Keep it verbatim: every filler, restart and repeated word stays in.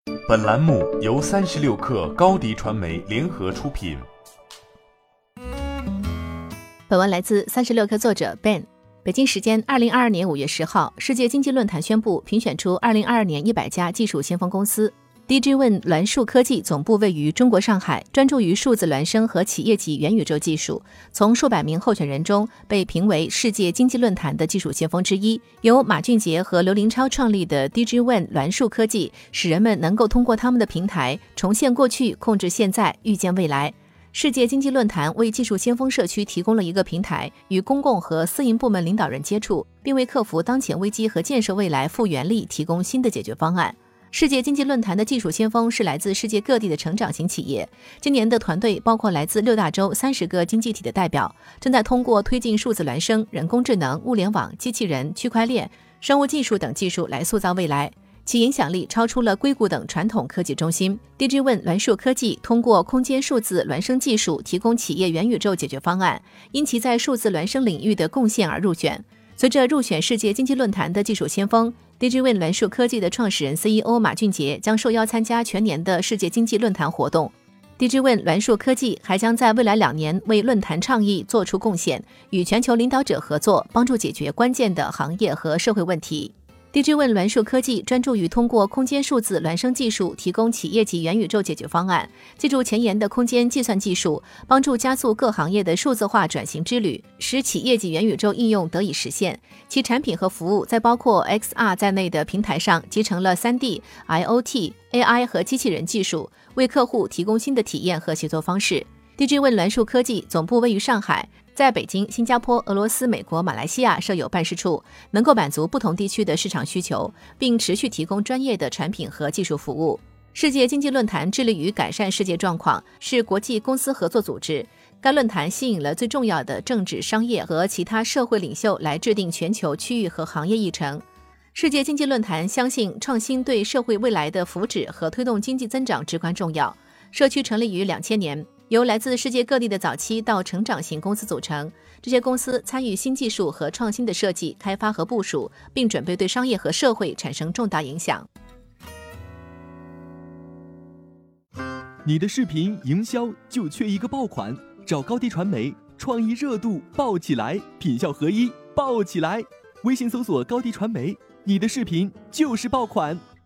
本栏目由三十六氪高低传媒联合出品。 本文来自三十六氪作者 Ben。 北京时间二零二二年五月十号，世界经济论坛宣布评选出二零二二年一百家技术先锋公司。DigiWin 栾树科技总部位于中国上海，专注于数字孪生和企业级元宇宙技术。从数百名候选人中被评为世界经济论坛的技术先锋之一。由马俊杰和刘林超创立的 DigiWin 栾树科技，使人们能够通过他们的平台重现过去，控制现在，预见未来。世界经济论坛为技术先锋社区提供了一个平台，与公共和私营部门领导人接触，并为克服当前危机和建设未来复原力提供新的解决方案。世界经济论坛的技术先锋是来自世界各地的成长型企业。今年的团队包括来自六大洲三十个经济体的代表，正在通过推进数字孪生、人工智能、物联网、机器人、区块链、生物技术等技术来塑造未来。其影响力超出了硅谷等传统科技中心。 DigiWin 栾树科技通过空间数字孪生技术提供企业元宇宙解决方案，因其在数字孪生领域的贡献而入选。随着入选世界经济论坛的技术先锋， DigiWin 栾树科技的创始人 C E O 马俊杰将受邀参加全年的世界经济论坛活动。 DigiWin 栾树科技还将在未来两年为论坛倡议做出贡献，与全球领导者合作，帮助解决关键的行业和社会问题。DigiWin 栾树科技专注于通过空间数字孪生技术提供企业级元宇宙解决方案，借助前沿的空间计算技术，帮助加速各行业的数字化转型之旅，使企业级元宇宙应用得以实现。其产品和服务在包括 X R 在内的平台上集成了 三 D、I O T、A I 和机器人技术，为客户提供新的体验和协作方式。DigiWin 栾树科技总部位于上海，在北京、新加坡、俄罗斯、美国、马来西亚设有办事处，能够满足不同地区的市场需求，并持续提供专业的产品和技术服务。世界经济论坛致力于改善世界状况，是国际公司合作组织。该论坛吸引了最重要的政治、商业和其他社会领袖来制定全球区域和行业议程。世界经济论坛相信创新对社会未来的福祉和推动经济增长至关重要。社区成立于两千年，由来自世界各地的早期到成长型公司组成。这些公司参与新技术和创新的设计、开发和部署，并准备对商业和社会产生重大影响。 你的视频营销就缺一个爆款，找高低传媒，创意热度爆起来，品效合一爆起来。微信搜索高低传媒，你的视频就是爆款。